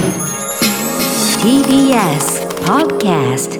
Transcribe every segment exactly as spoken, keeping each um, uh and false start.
ティービーエス Podcast。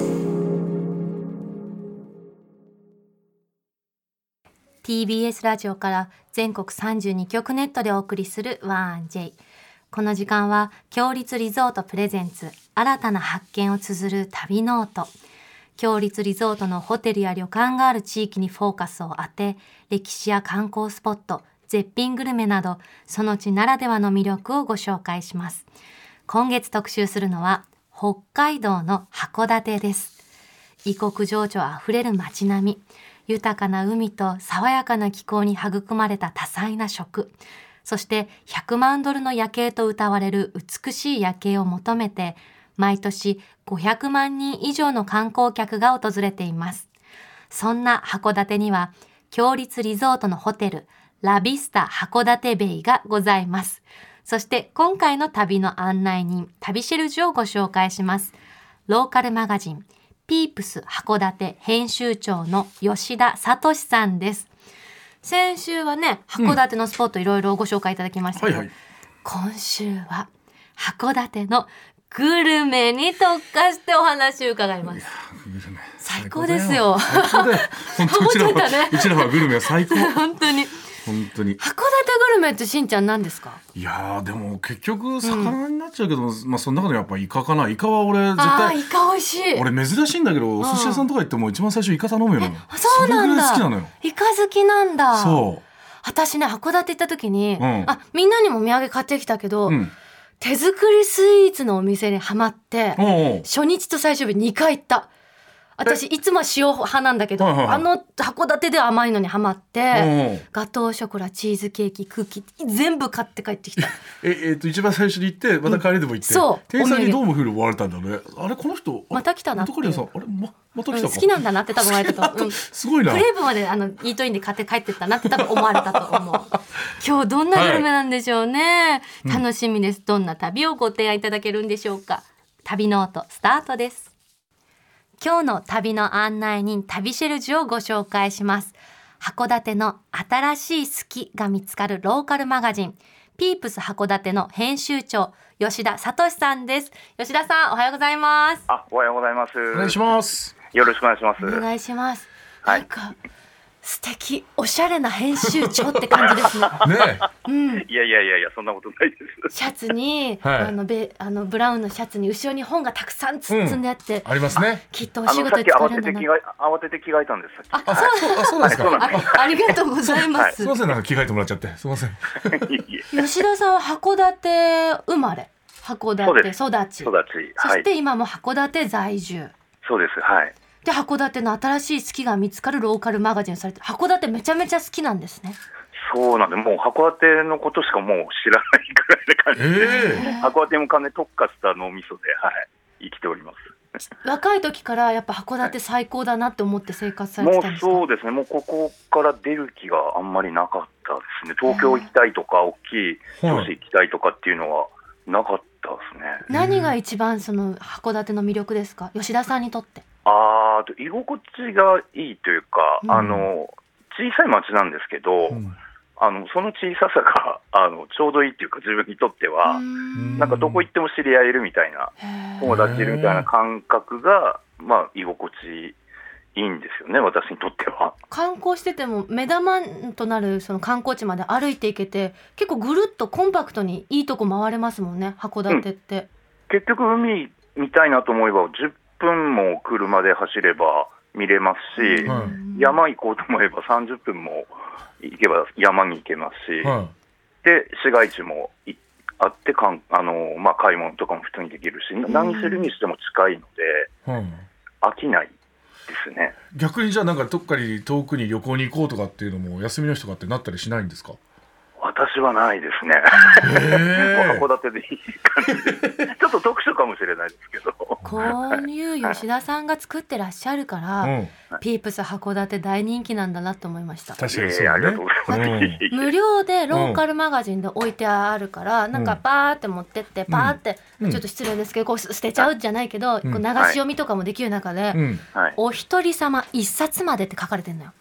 ティービーエス ラジオから全国さんじゅうにきょくネットでお送りする ワンジェイ。 この時間は強立リゾートプレゼンツ新たな発見を綴る旅ノート。強立リゾートのホテルや旅館がある地域にフォーカスを当て、歴史や観光スポット、絶品グルメなどその地ならではの魅力をご紹介します。今月特集するのは北海道の函館です。異国情緒あふれる街並み、豊かな海と爽やかな気候に育まれた多彩な食、そしてひゃくまんドルの夜景と謳われる美しい夜景を求めて毎年ごひゃくまんにん以上の観光客が訪れています。そんな函館には強立リゾートのホテルラビスタ函館ベイがございます。そして今回の旅の案内人、旅シェルジュをご紹介します。ローカルマガジンピープス函館編集長の吉田聡さんです。先週はね、函館のスポットいろいろご紹介いただきましたけど、うんはいはい、今週は函館のグルメに特化してお話を伺います。いや最高ですよ。 本当うちらは、ね、うちらはグルメは最高。 本当に本当に函館グルメってしんちゃん何ですか？ いやでも結局魚になっちゃうけど、うん、まあその中でやっぱイカかな。イカは俺絶対、 あイカ美味しい。 俺珍しいんだけど、お寿司屋さんとか行っても一番最初イカ頼むよね。 そうなんだ。 それぐらい好きなのよ。 イカ好きなんだ。 そう私ね函館行った時に、 うん、 あみんなにもお土産買ってきたけど、うん、手作りスイーツのお店にハマって、おうおう初日と最終日にかい行った。私いつもは塩派なんだけど、はいはいはい、あの函館では甘いのにハマって、おうおうガトーショコラ、チーズケーキ、クッキー全部買って帰ってきた。 ええー、と一番最初に行ってまた帰りでも行って、うん、そう店員さんにどうもふうに思われたんだね。あれこの人また来たなって。 あれ ま, また来たか、うん、 好きなんだなって多分思われたと、うん、 すごいな。 クレープまであのイートインで買って帰ってったなって多分思われたと思う。今日どんなグルメなんでしょうね、はい、楽しみです。どんな旅をご提案いただけるんでしょうか。旅ノートスタートです。今日の旅の案内人、旅シェルジュをご紹介します。函館の新しい好きが見つかるローカルマガジンピープス函館の編集長吉田聡さんです。吉田さんおはようございます。 あ、おはようございます。 お願いします。 よろしくお願いします。 お願いします。 はい、 なんか素敵おしゃれな編集長って感じですね。 ねうん、 いやいやいやいやそんなことないです。 シャツに、はい、あのベあのブラウンのシャツに後ろに本がたくさん包んであって、 うん、ありますね。 きっとお仕事で使えるんだな。 慌てて着替えたんです。 あ、そう、 あ、そうですか。 あ、ありがとうございます。 すみませんなんか着替えてもらっちゃってすみません。 吉田さんは函館生まれ、函館育ち、 育ち、 そして今も函館在住。 そうです。はい。 で函館の新しい好きが見つかるローカルマガジンをされて、函館めちゃめちゃ好きなんですね。 そうなんで、もう函館のことしかもう知らないくらいな感じで、えー、函館も完全に特化した脳みそで、はい、生きております。 若い時からやっぱ函館最高だなって思って生活されてたんですか？ もうそうですね。もうここから出る気があんまりなかったですね。東京行きたいとか大きい都市行きたいとかっていうのはなかったですね。 何が一番その函館の魅力ですか、吉田さんにとって？ ああ、居心地がいいというか、うん、あの小さい町なんですけど、うん、あのその小ささがあのちょうどいいっていうか、自分にとってはなんかどこ行っても知り合えるみたいな、友達いるみたいな感覚が、まあ、居心地いいんですよね、私にとっては。 観光してても目玉となるその観光地まで歩いていけて、結構ぐるっとコンパクトにいいとこ回れますもんね、函館って、うん、 結局海見たいなと思えばじゅっぷんも車で走れば見れますし、うん、山行こうと思えばさんじゅっぷんも行けば山に行けますし、うん、で市街地もあってかんあの、まあ、買い物とかも普通にできるし、うん、何するにしても近いので、うん、飽きないですね。 逆にじゃあなんかどっかに遠くに旅行に行こうとかっていうのも休みの日とかってなったりしないんですか？ 私はないですね。函館でいい感じでちょっと特殊かもしれないですけど、 こういう吉田さんが作ってらっしゃるから、はい、ピープス函館大人気なんだなと思いました。 確かにそうね、 えー、ありがとうございます、 うん、無料でローカルマガジンで置いてあるから、うん、なんかバーって持ってってパーって、うん、ちょっと失礼ですけどこう捨てちゃうじゃないけど、うん、こう流し読みとかもできる中で、うん、お一人様一冊までって書かれてるのよ。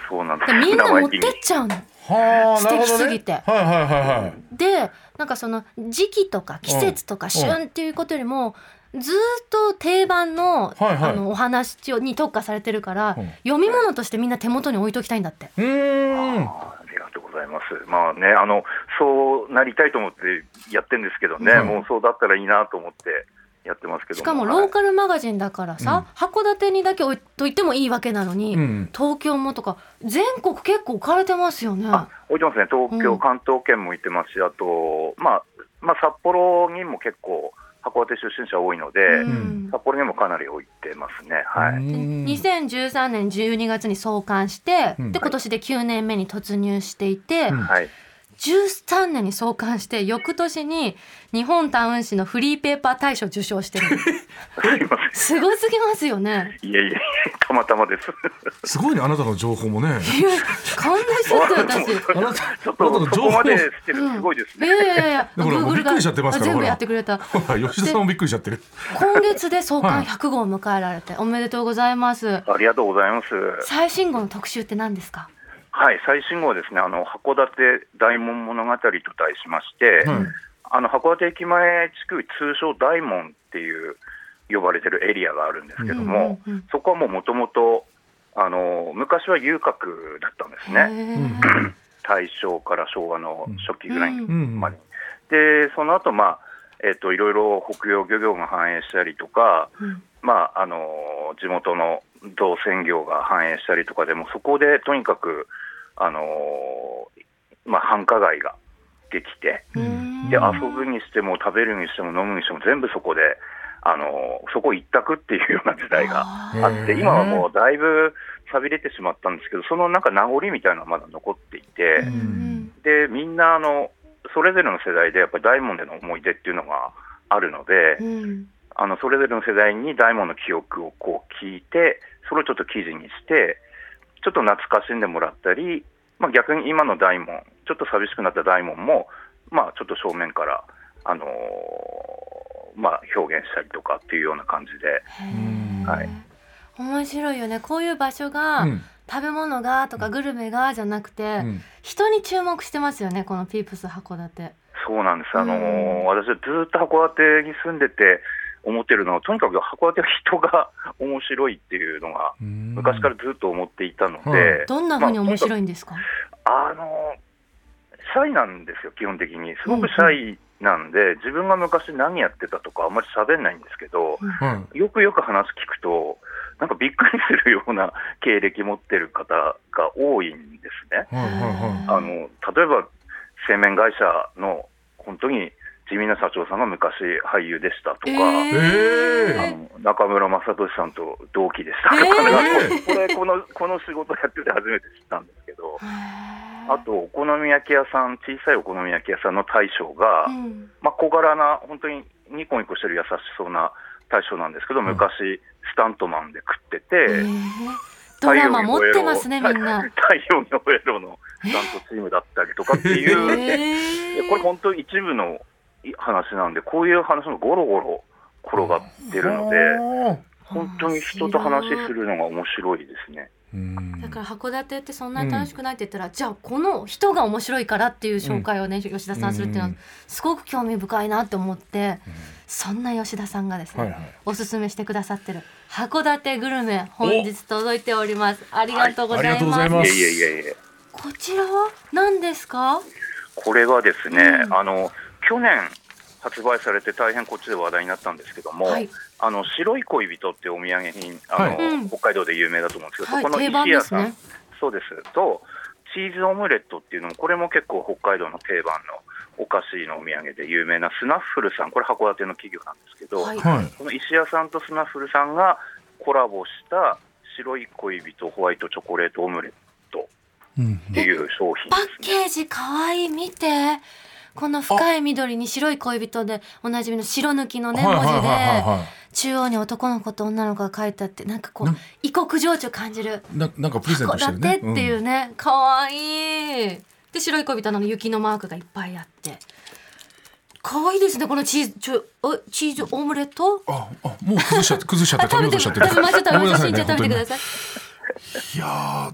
そうなんだ。 みんな持ってっちゃうの。 はあ、 素敵すぎて。 はいはいはいはい。 で、なんかその時期とか季節とか旬っていうことよりも、ずっと定番の、はいはい、あのお話に特化されてるから、うん、読み物としてみんな手元に置いときたいんだって。 うーん。 ありがとうございます。まあね、あのそうなりたいと思ってやってるんですけどね、うん、もうそうだったらいいなと思ってやってますけども。 しかもローカルマガジンだからさ、はい、函館にだけ置いといてもいいわけなのに、うん、東京もとか全国結構置かれてますよね。 あ、置いてますね。東京、うん、関東圏も置いてますし、あと、まあ、まあ札幌にも結構函館出身者多いので、うん、札幌にもかなり置いてますね。はい、 にせんじゅうさんねんじゅうにがつに創刊して、うん、で今年できゅうねんめに突入していて、うん、はい、じゅうさんねんに創刊して翌年に日本タウン誌のフリーペーパー大賞受賞してるすごすぎますよね。 いやいや、たまたまです。 すごいね、あなたの情報もね。いや、 感動しちゃって私。 あなたちょっとそこまで知ってる、すごいですね。 うん、いやいやいや、 だからもうびっくりしちゃってますから。 全部やってくれた。 吉田さんもびっくりしちゃってる。 今月で創刊ひゃくごうを迎えられて、はい、おめでとうございます。 ありがとうございます。 最新号の特集って何ですか？ はい、最新号はですね、あの函館大門物語と題しまして、うん、あの函館駅前地区、通称大門っていう呼ばれてるエリアがあるんですけども、うんうんうん、そこはもうもともと昔は遊郭だったんですね。大正から昭和の初期ぐらいに、まで、でその後、まあえーといろいろ北洋漁業が繁栄したりとか、うん、まあ、あの地元の造船業が繁栄したりとかでも、そこでとにかくあのまあ、繁華街ができて、で遊ぶにしても食べるにしても飲むにしても全部そこで、あのそこ一択っていうような時代があって、今はもうだいぶ寂れてしまったんですけど、そのなんか名残みたいなのがまだ残っていて、でみんなあのそれぞれの世代でやっぱり大門での思い出っていうのがあるので、あのそれぞれの世代に大門の記憶をこう聞いて、それをちょっと記事にしてちょっと懐かしんでもらったり、まあ、逆に今の大門、ちょっと寂しくなった大門も、まあ、ちょっと正面から、あのーまあ、表現したりとかっていうような感じで、はい、 面白いよね。こういう場所が、うん、食べ物がとかグルメがじゃなくて、うん、人に注目してますよね、このピープス函館。 そうなんです。あのーうん、私はずっと函館に住んでて思ってるのは、とにかく函館は人が面白いっていうのが昔からずっと思っていたので、 うん、どんな風に面白いんですか？ まあ、あのシャイなんですよ、基本的に。すごくシャイなんで、うんうん、自分が昔何やってたとかあんまり喋んないんですけど、うん、よくよく話聞くとなんかびっくりするような経歴持ってる方が多いんですね。うん、あの例えば製麺会社の本当に地味な社長さんが昔俳優でしたとか、えー、あの中村雅俊さんと同期でしたとか、ね、えー、これこのこの仕事やってて初めて知ったんですけど、あとお好み焼き屋さん、小さいお好み焼き屋さんの大将が、うん、まあ、小柄な本当にニコニコしてる優しそうな大将なんですけど、昔、うん、スタントマンで食ってて、えー、 ドラマ持ってますね、みんな。 太陽の上ののスタントチームだったりとかっていう、えー、これ本当に一部の話なんで、こういう話もゴロゴロ転がってるので、本当に人と話するのが面白いですね。 だから函館ってそんなに楽しくないって言ったら、うん、じゃあこの人が面白いからっていう紹介をね、うん、吉田さんするっていうのはすごく興味深いなって思って、うん、そんな吉田さんがですね、はいはい、おすすめしてくださってる函館グルメ、本日届いております。ありがとうございます。はい、ありがとうございます。 いやいやいや、 こちらは何ですか？ これはですね、うん、あの去年発売されて大変こっちで話題になったんですけども、はい、あの白い恋人ってお土産品、あの、はい、北海道で有名だと思うんですけど、はい、そこの石屋さん、ね、そうですとチーズオムレットっていうのも、これも結構北海道の定番のお菓子のお土産で有名なスナッフルさん、これ函館の企業なんですけど、はい、この石屋さんとスナッフルさんがコラボした白い恋人ホワイトチョコレートオムレットっていう商品ですね。 パッケージかわいい、見て、この深い緑に白い恋人でおなじみの白抜きのね文字で、中央に男の子と女の子が書いてあって、なんかこう異国情緒感じる、 な, なんかプレゼントしてるね、 函館っていうね、かわいい。で白い恋人の雪のマークがいっぱいあってかわいいですね。このチーズちょチーズオムレット、 ああ、もう崩しちゃって崩しちゃって食べようとしちゃってる。 食べましょう食べましょう。しんちゃん食べてください。 いや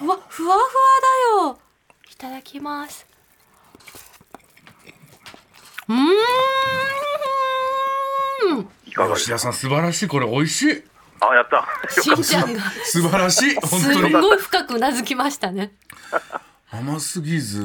うわふわふわだよ。いただきます。うーん、 いかがですか。 吉田さん素晴らしい。これ美味しい。 あ、やった。 しんちゃんが素晴らしい。本当すにごい深くうなずきましたね。 甘すぎず、 うん、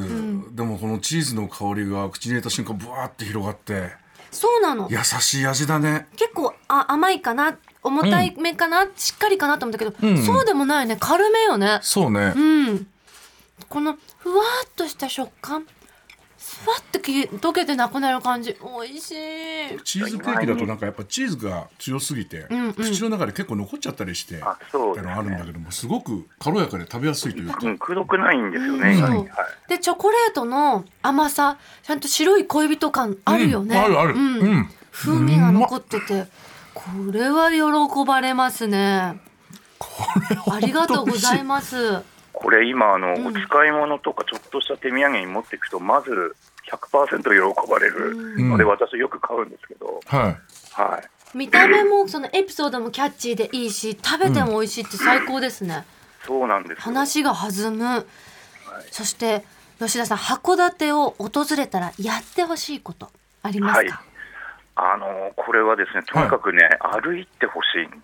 でもこのチーズの香りが口に入れた瞬間ブワーって広がって、 そうなの。 優しい味だね。 結構あ甘いかな、重たいめかな、うん、しっかりかなと思ったけど、 うん、 そうでもないね。軽めよね。 そうね、 うん、このふわっとした食感、ふわって溶けてなくなる感じ、美味しい。 チーズケーキだとなんかやっぱチーズが強すぎて、うんうん、口の中で結構残っちゃったりして、 あ、そうですね、 あるんだけども、すごく軽やかで食べやすいというか、 うん、くどくないんですよね、 うん、 はい、 でチョコレートの甘さ、ちゃんと白い恋人感あるよね、 うん、あるある、うんうん、 風味が残ってて、これは喜ばれますね。 これありがとうございます。 これ今あの、 うん、 お使い物とかちょっとした手土産に持っていくとまず ひゃくパーセント 喜ばれるので、うん、私よく買うんですけど、 はいはい、 見た目もそのエピソードもキャッチーでいいし、食べても美味しいって最高ですね、 うん、そうなんです。 話が弾む、はい、そして吉田さん、函館を訪れたらやってほしいことありますか？ はい、あのこれはですね、とにかくね、はい、歩いてほしいんです、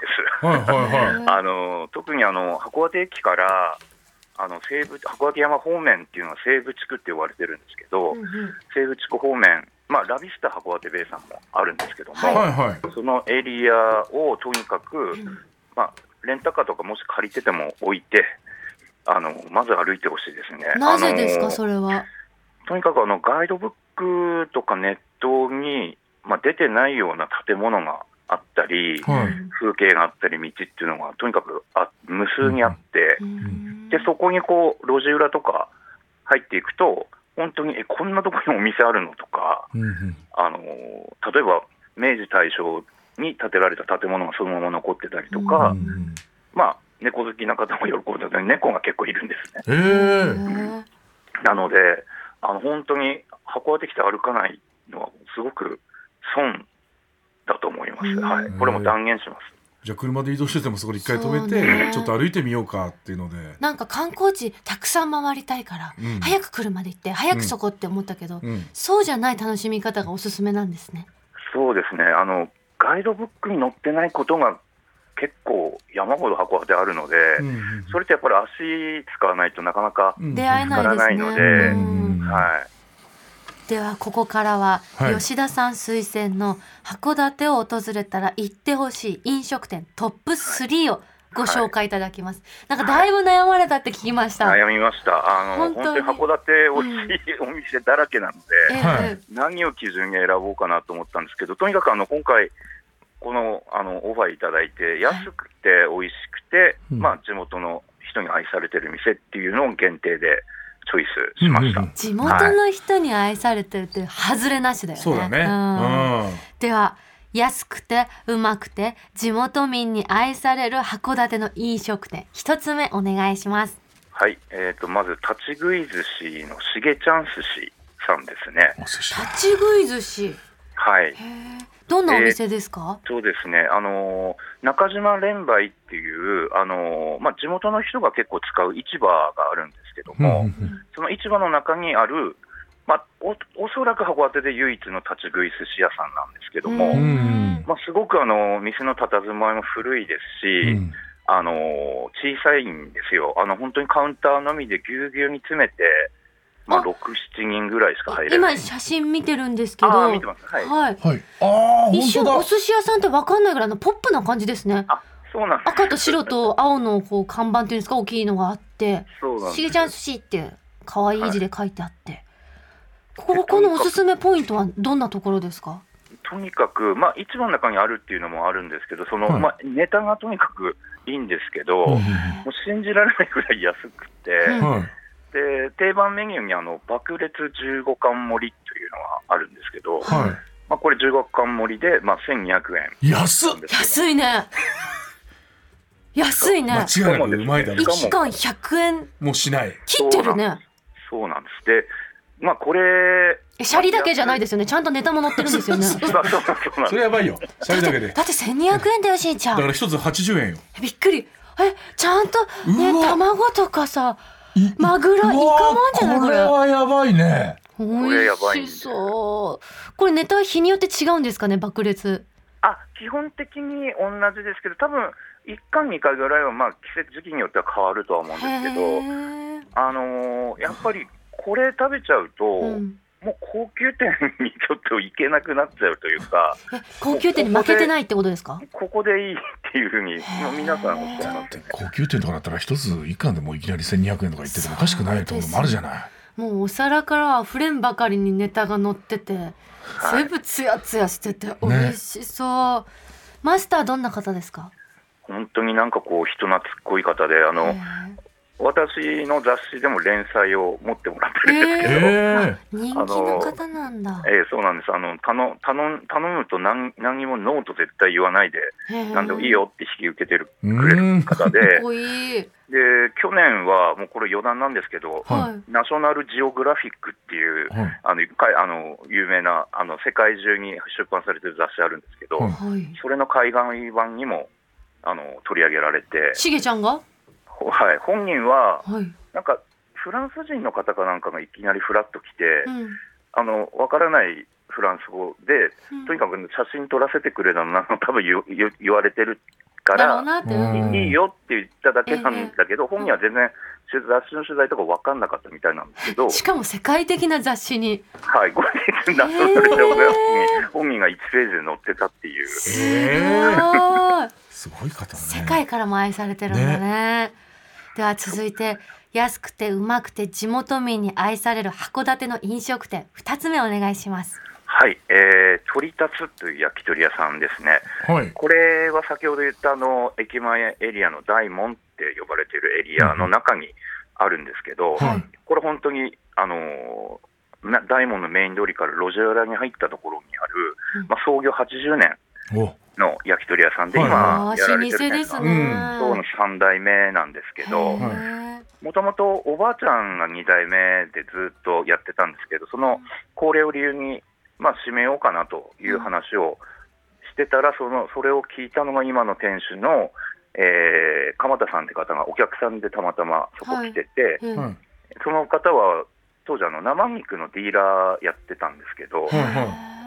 はいはいはい、 あの特にあの函館駅からあの西部函館山方面っていうのは西部地区って呼ばれてるんですけど、うんうん、西部地区方面、まあ、ラビスタ函館ベイさんもあるんですけども、はいはい、そのエリアをとにかく、うん、まあ、レンタカーとかもし借りてても置いて、あのまず歩いてほしいですね。 なぜですか、それは。 とにかくあのガイドブックとかネットに、まあ、出てないような建物があったり、はい、風景があったり道っていうのがとにかくあ無数にあって、うん、でそこにこう路地裏とか入っていくと本当にえこんなところにお店あるのとか、うん、あの例えば明治大正に建てられた建物がそのまま残ってたりとか、うん、まあ猫好きな方も喜ぶので猫が結構いるんですね。へー。なのであの本当に函館来て歩かないのはすごく損だと思います、はい、これも断言します。 じゃあ車で移動しててもそこで一回止めて、ね、ちょっと歩いてみようかっていうので、 なんか観光地たくさん回りたいから、うん、早く車で行って早くそこって思ったけど、うん、そうじゃない楽しみ方がおすすめなんですね。 そうですね、あのガイドブックに載ってないことが結構山ほど函館あるので、うんうん、それってやっぱり足使わないとなかなか出会えないので、うんはい、 ではここからは吉田さん推薦の函館を訪れたら行ってほしい飲食店トップスリーをご紹介いただきます、はい、なんかだいぶ悩まれたって聞きました、 はい、悩みました。あの本当に、本当に函館美味しいお店だらけなので、うんはい、何を基準に選ぼうかなと思ったんですけど、とにかくあの今回この、あのオファーいただいて安くて美味しくて、はい、まあ、地元の人に愛されてる店っていうのを限定でチョイスしました、うんうん、 地元の人に愛されてるって外れなしだよね。 そうだね、 うん、では安くてうまくて地元民に愛される函館の飲食店一つ目お願いします。 はい、えー、とまず立ち食い寿司のしげちゃん寿司さんですね。 立ち食い寿司、 はい、 へー、どんなお店ですか？ えー、そうですね、あの中島連売っていう、あの、まあ、地元の人が結構使う市場があるんですけども、その市場の中にある、まあ、お, おそらく函館で唯一の立ち食い寿司屋さんなんですけども、まあ、すごくあの店の佇まいも古いですし、うん、あの小さいんですよ。あの本当にカウンターのみでぎゅうぎゅうに詰めて、まあ、ろく、しちにんぐらいしか入れない。 今写真見てるんですけど、 あ、見てます、はいはいはい、あ、 一瞬お寿司屋さんって分かんないぐらいのポップな感じですね。 あ、そうなんです。 赤と白と青のこう看板っていうんですか、大きいのがあって、しげちゃん寿司って可愛い字で書いてあって、はい、ここのおすすめポイントはどんなところですか？ とにかく、まあ、市場の中にあるっていうのもあるんですけど、その、はい、まあ、ネタがとにかくいいんですけど、もう信じられないぐらい安くて、はい、で定番メニューにあの爆裂じゅうごかん盛りというのがあるんですけど、はい、まあ、これじゅうごかん盛りで、まあ、せんにひゃくえん。 安っ、 安いね安いね。 間違いなくうまいだろう。 いちかんひゃくえんもうしない。 切ってるね。 そうなんです。で、まあ、これシャリだけじゃないですよね。ちゃんとネタも載ってるんですよね。 それやばいよ。シャリだけで。 だってせんにひゃくえんだよ、しんちゃん。 だから一つはちじゅうえんよ。 びっくり。 えちゃんとね卵とかさマグロイカもんじゃないこれ。 これはやばいね。 美味しそう。これネタは日によって違うんですかね爆裂。 あ基本的に同じですけど多分いっかにかぐらいはまあ季節時期によっては変わるとは思うんですけど、あのー、やっぱりこれ食べちゃうと、うん、もう高級店にちょっと行けなくなっちゃうというか高級店に負けてないってことですか。 ここでいいっていうふうにもう皆さんおっしゃいます、ね、 高級店とかだったら一つ一貫でもいきなりせんにひゃくえんとか言っててもおかしくないところもあるじゃない。 もうお皿からあふれんばかりにネタが乗ってて、はい、全部ツヤツヤしてて美味しそう、ね、マスターどんな方ですか。 本当になんかこう人懐っこい方であの私の雑誌でも連載を持ってもらってるんですけど、 えー、人気の方なんだ。 えー、そうなんです。あの頼頼頼むと 何, 何もノーと絶対言わないで何でもいいよって引き受けてるくれる方で、 かっこいい。 で去年はもうこれ余談なんですけど、はい、ナショナルジオグラフィックっていう、はい、あのあの有名なあの世界中に出版されてる雑誌あるんですけど、はい、それの海外版にもあの取り上げられて、 しげちゃんがはい、本人は、はい、なんかフランス人の方かなんかがいきなりフラッと来て、うん、あの分からないフランス語で、うん、とにかく写真撮らせてくれたのな多分 言, 言われてるからいいよって言っただけなんだけど、えー、本人は全然雑誌の取材とか分かんなかったみたいなんですけど、 しかも世界的な雑誌に、 はい、後日ナショナルジオグラフィックに本人がいちページで載ってたっていう、 えー、 すごい方ね。 世界からも愛されてるんだ ね, ね。では続いて安くてうまくて地元民に愛される函館の飲食店ふたつめお願いします。 はい、えー、鳥立つという焼き鳥屋さんですね、はい、これは先ほど言ったあの駅前エリアの大門って呼ばれているエリアの中にあるんですけど、うんはい、これ本当にあのー、大門のメイン通りから路地裏に入ったところにある、うんまあ、創業はちじゅうねんの焼き鳥屋さんで今やられてるのがそうのさんだいめなんですけど、もともとおばあちゃんがにだいめでずっとやってたんですけど、その高齢を理由にまあ、閉めようかなという話をしてたら、そのそれを聞いたのが今の店主の、えー、鎌田さんって方がお客さんでたまたまそこ来てて、はいうん、その方は当時あの生肉のディーラーやってたんですけど、はい、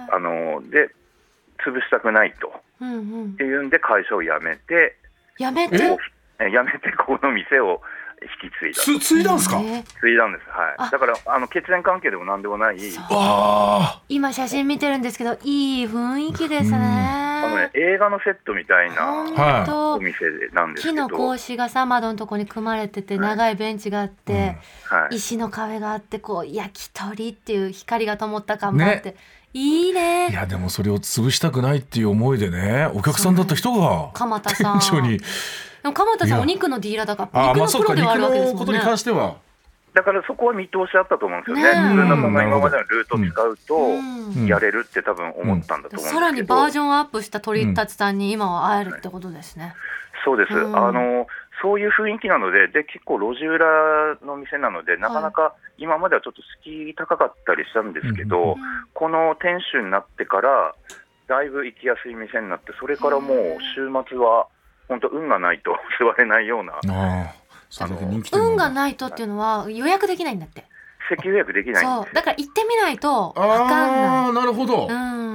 あので潰したくないと、うんうん、っていうんで会社を辞めて辞めて辞めてこの店を引き継いだ。 つ継いだんですか。 継いだんです。はい。だからあの血縁関係でも何でもない。 あ今写真見てるんですけどいい雰囲気ですね。 あのね映画のセットみたいなお店なんですけど、 木の格子がさ窓のとこに組まれてて、はい、長いベンチがあって、うんはい、石の壁があってこう焼き鳥っていう光が灯った看板って、ね、いいね。 いやでもそれを潰したくないっていう思いでねお客さんだった人が鎌田さん店長にでも鎌田さんお肉のディーラーだから肉のプロではあるわけですもんね。 肉のことに関してはだからそこは見通しあったと思うんですよね。自分のその今までのルートを使うとやれるって多分思ったんだと思うんですけど、 さらにバージョンアップした鳥立さんに今は会えるってことですね。 そうです、うん、あのそういう雰囲気なの で, で結構路地裏の店なのでなかなか今まではちょっと敷居高かったりしたんですけど、はい、この店主になってからだいぶ行きやすい店になって、それからもう週末は本当運がないと座れないような。ああの運がないとっていうのは予約できないんだって。 席予約できないんです。 そうだから行ってみないと分かんない。 ああなるほど、 うん、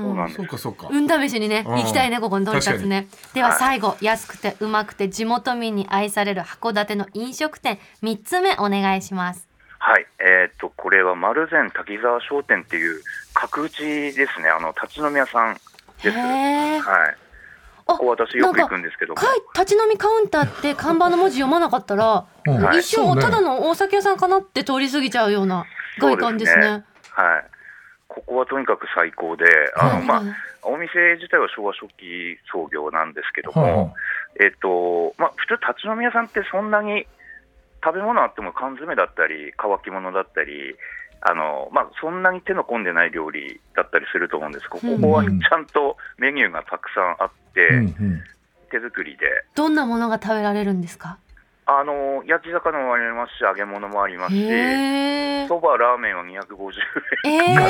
そうなんです。そうかそうか運試しにね行きたいねここに鳥立つね。では最後、はい、安くてうまくて地元民に愛される函館の飲食店みっつめお願いします。 はい、えー、とこれは丸善滝沢商店っていう角打ちですね。あの立ち飲み屋さんです。 へー、 はいここ私よく行くんですけども、 立ち飲みカウンターって看板の文字読まなかったら、うん、一瞬、はい、ただのお酒屋さんかなって通り過ぎちゃうような外観ですね。 そうですね、はい、ここはとにかく最高で、あの、まあ、お店自体は昭和初期創業なんですけども、うんえーとまあ、普通立ち飲み屋さんってそんなに食べ物あっても缶詰だったり乾き物だったりあのまあ、そんなに手の込んでない料理だったりすると思うんです。ここはちゃんとメニューがたくさんあって、うんうん、手作りで。 どんなものが食べられるんですか。 あの焼き魚もありますし揚げ物もありますし、そばラーメンはにひゃくごじゅうえん、えー、出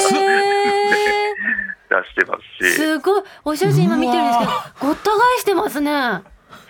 してますし、 すごいお写真今見てるんですけどごった返してますね。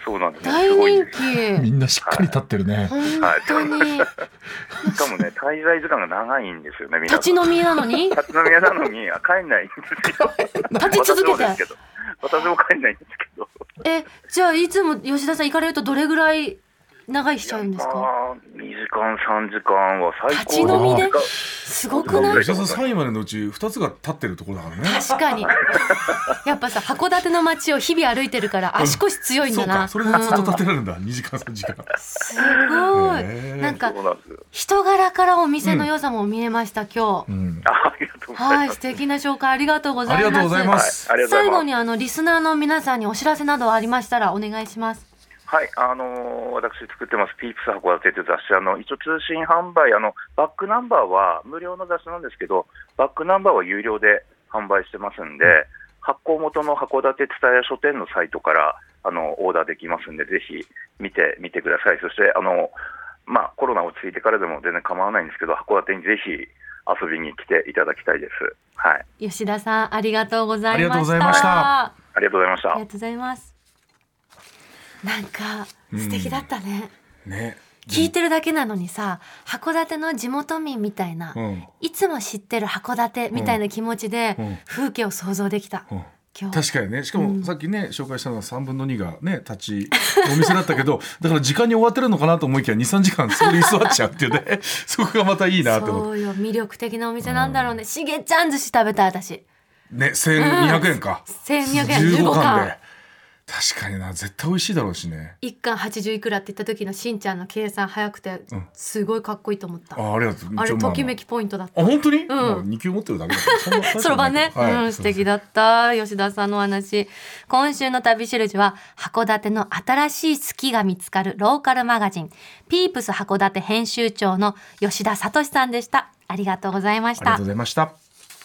そうなんですね。 大人気。 みんなしっかり立ってるね。 本当に。 しかもね、滞在時間が長いんですよね。 立ち飲みなのに？ 立ち飲み屋なのに帰んないんですよ。 立ち続けて。 私もですけど、私も帰んないんですけど。 え、じゃあいつも吉田さん行かれるとどれぐらい長居しちゃうんですか？ まあ、にじかんさんじかんは最高。 立ち飲みですごくない？ 吉田さんさんいまでのうちふたつが立ってるところだからね。 確かに。やっぱさ、函館の街を日々歩いてるから足腰強いんだな。 そうか、それでずっと立ってられるんだ、うん、にじかんさんじかん。 すごい。なんか人柄からお店の良さも見えました、うん、今日、うん、 ありがとうございます。 はい、素敵な紹介ありがとうございます。 ありがとうございます。 はい、 最後にあのリスナーの皆さんにお知らせなどありましたらお願いします。 はい、あのー、私作ってますピープス函館という雑誌、あの一応通信販売、あのバックナンバーは無料の雑誌なんですけど、バックナンバーは有料で販売してますんで、うん、発行元の函館蔦屋書店のサイトからあのオーダーできますんで、ぜひ見てみてください。そしてあの、まあ、コロナ落ち着いてからでも全然構わないんですけど、函館にぜひ遊びに来ていただきたいです。はい、 吉田さんありがとうございました。 ありがとうございました。 ありがとうございました。 ありがとうございます。なんか素敵だったね。 うん、ね。 聞いてるだけなのにさ、函館の地元民みたいな、うん、いつも知ってる函館みたいな気持ちで風景を想像できた、うんうん、今日。 確かにね。しかもさっきね、うん、紹介したのがさんぶんのにがね立ちお店だったけどだから時間に終わってるのかなと思いきや にさんじかんそこで居座っちゃうっていうねそこがまたいいなと思って。 そうよ、魅力的なお店なんだろうね。しげちゃん寿司食べたい私ね。せんにひゃくえんか、 うん、せんにひゃくえんじゅうごかんで確かにな、絶対美味しいだろうしね。 いっかんはちじゅういくらって言った時のしんちゃんの計算早くてすごいかっこいいと思った、 うん、あ, ありがとう。 あれときめきポイントだった。 あ、本当に、 うん、 にきゅう持ってるだけだからそろばんね、はい、うん、素敵だった吉田さんのお話。今週の旅しるじは函館の新しい好きが見つかるローカルマガジンピープス函館編集長の吉田聡さんでした。ありがとうございました。 ありがとうございました。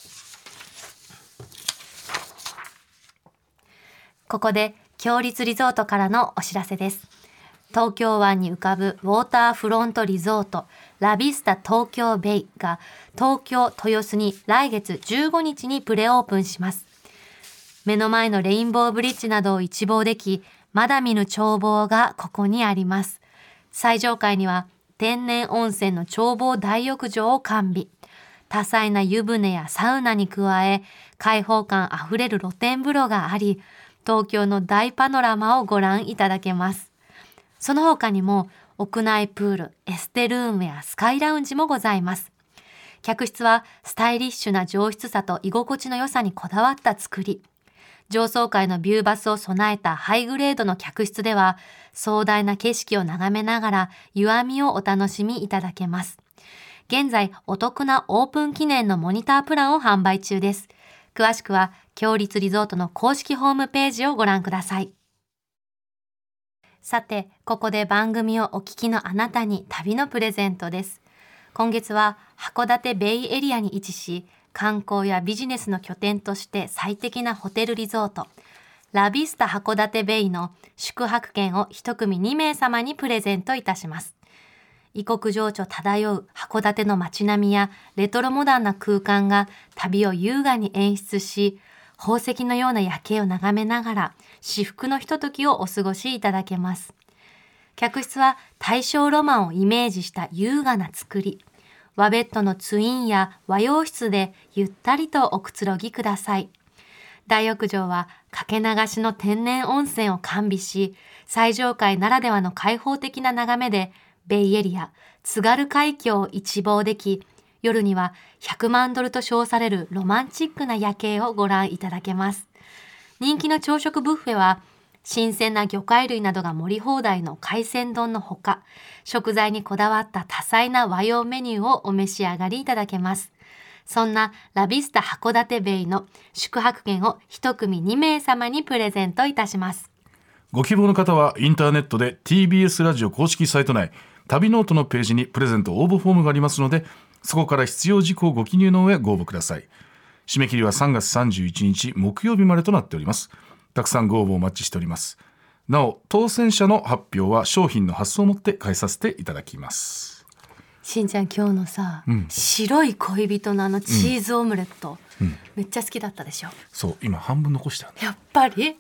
ここで強立リゾートからのお知らせです。東京湾に浮かぶウォーターフロントリゾートラビスタ東京ベイが東京豊洲に来月じゅうごにちにプレオープンします。目の前のレインボーブリッジなどを一望でき、まだ見ぬ眺望がここにあります。最上階には天然温泉の眺望大浴場を完備。多彩な湯船やサウナに加え、開放感あふれる露天風呂があり、東京の大パノラマをご覧いただけます。その他にも屋内プール、エステルームやスカイラウンジもございます。客室はスタイリッシュな上質さと居心地の良さにこだわった作り。上層階のビューバスを備えたハイグレードの客室では、壮大な景色を眺めながら湯あみをお楽しみいただけます。現在、お得なオープン記念のモニタープランを販売中です。詳しくは、強立リゾートの公式ホームページをご覧ください。さて、ここで番組をお聞きのあなたに旅のプレゼントです。今月は函館ベイエリアに位置し、観光やビジネスの拠点として最適なホテルリゾート、ラビスタ函館ベイの宿泊券を一組にめいさまにプレゼントいたします。異国情緒漂う函館の街並みやレトロモダンな空間が旅を優雅に演出し、宝石のような夜景を眺めながら至福のひとときをお過ごしいただけます。客室は大正ロマンをイメージした優雅な作り。和ベッドのツインや和洋室でゆったりとおくつろぎください。大浴場はかけ流しの天然温泉を完備し、最上階ならではの開放的な眺めでベイエリア、津軽海峡を一望でき、夜にはひゃくまんドルと称されるロマンチックな夜景をご覧いただけます。人気の朝食ブッフェは、新鮮な魚介類などが盛り放題の海鮮丼のほか、食材にこだわった多彩な和洋メニューをお召し上がりいただけます。そんなラビスタ函館ベイの宿泊券を一組にめいさまにプレゼントいたします。 ご希望の方はインターネットで ティービーエス ラジオ公式サイト内、旅ノートのページにプレゼント応募フォームがありますので、そこから必要事項をご記入の上ご応募ください。締め切りはさんがつさんじゅういちにち木曜日までとなっております。たくさんご応募お待ちしております。なお、当選者の発表は商品の発送をもって返させていただきます。 しんちゃん、今日のさ、うん、白い恋人のあのチーズオムレット、うんうん、めっちゃ好きだったでしょ。 そう、今半分残したよね。 やっぱり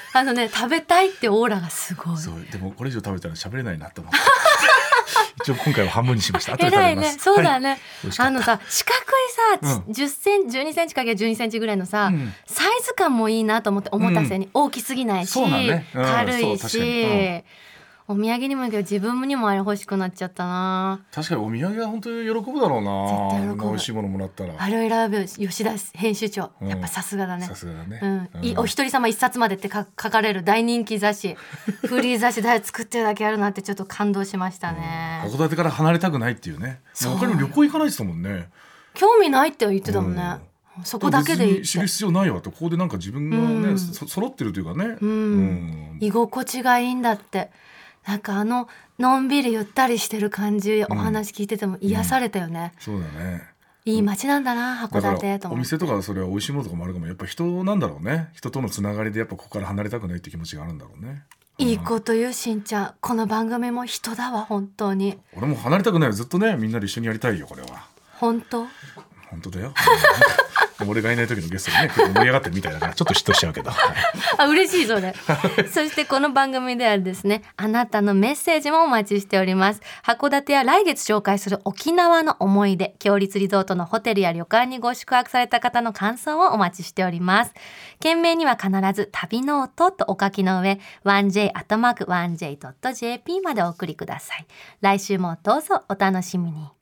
あのね食べたいってオーラがすごい。 そうでもこれ以上食べたら喋れないなと思って一応今回は半分にしました。後で食偉いね。 べます。 そうだね、 はい、美味しかったあのさ四角いさ、 うんじゅっセンチじゅうにセンチかけるじゅうにセンチぐらいのさ、 うんサイズ感もいいなと思って思ったせいに大きすぎないし、 そうだねうん軽いそう確かにし、お土産にもいいけど自分にもあれ欲しくなっちゃったな。 確かにお土産は本当に喜ぶだろうな。 絶対喜ぶあんな美味しいものもらったら。 あれを選ぶ吉田編集長、 うんやっぱさすがだね。 さすがだね。 うんいうんお一人様一冊までってか書かれる大人気雑誌フリー雑誌で作ってるだけあるなってちょっと感動しましたね。 函館から離れたくないっていうね。 そう他にも旅行行かないって言ったもんね。 興味ないって言ってたもんね、そこだけでいいって別に知る必要ないわと、ここでなんか自分がね、 うんそ揃ってるというかね、 うんうん居心地がいいんだって。なんかあののんびりゆったりしてる感じ、お話聞いてても癒されたよね、 そうだね。 いい街なんだな函だから館と思って。 お店とかそれは美味しいものとかもあるかも、やっぱ人なんだろうね。人とのつながりでやっぱここから離れたくないって気持ちがあるんだろうね。 いいこと言うしんちゃん、この番組も人だわ本当に。 俺も離れたくないよ。ずっとねみんなで一緒にやりたいよこれは。 本当本当だよ。でも俺がいない時のゲストにね結構盛り上がってるみたいだからちょっと嫉妬しちゃうけど、はいあ嬉しいそれそしてこの番組ではですね、あなたのメッセージもお待ちしております。函館や来月紹介する沖縄の思い出、強立リゾートのホテルや旅館にご宿泊された方の感想をお待ちしております。件名には必ず旅ノートとお書きの上 ワンジェイ アットマーク ワンジェイ ドット ジェーピー までお送りください。来週もどうぞお楽しみに。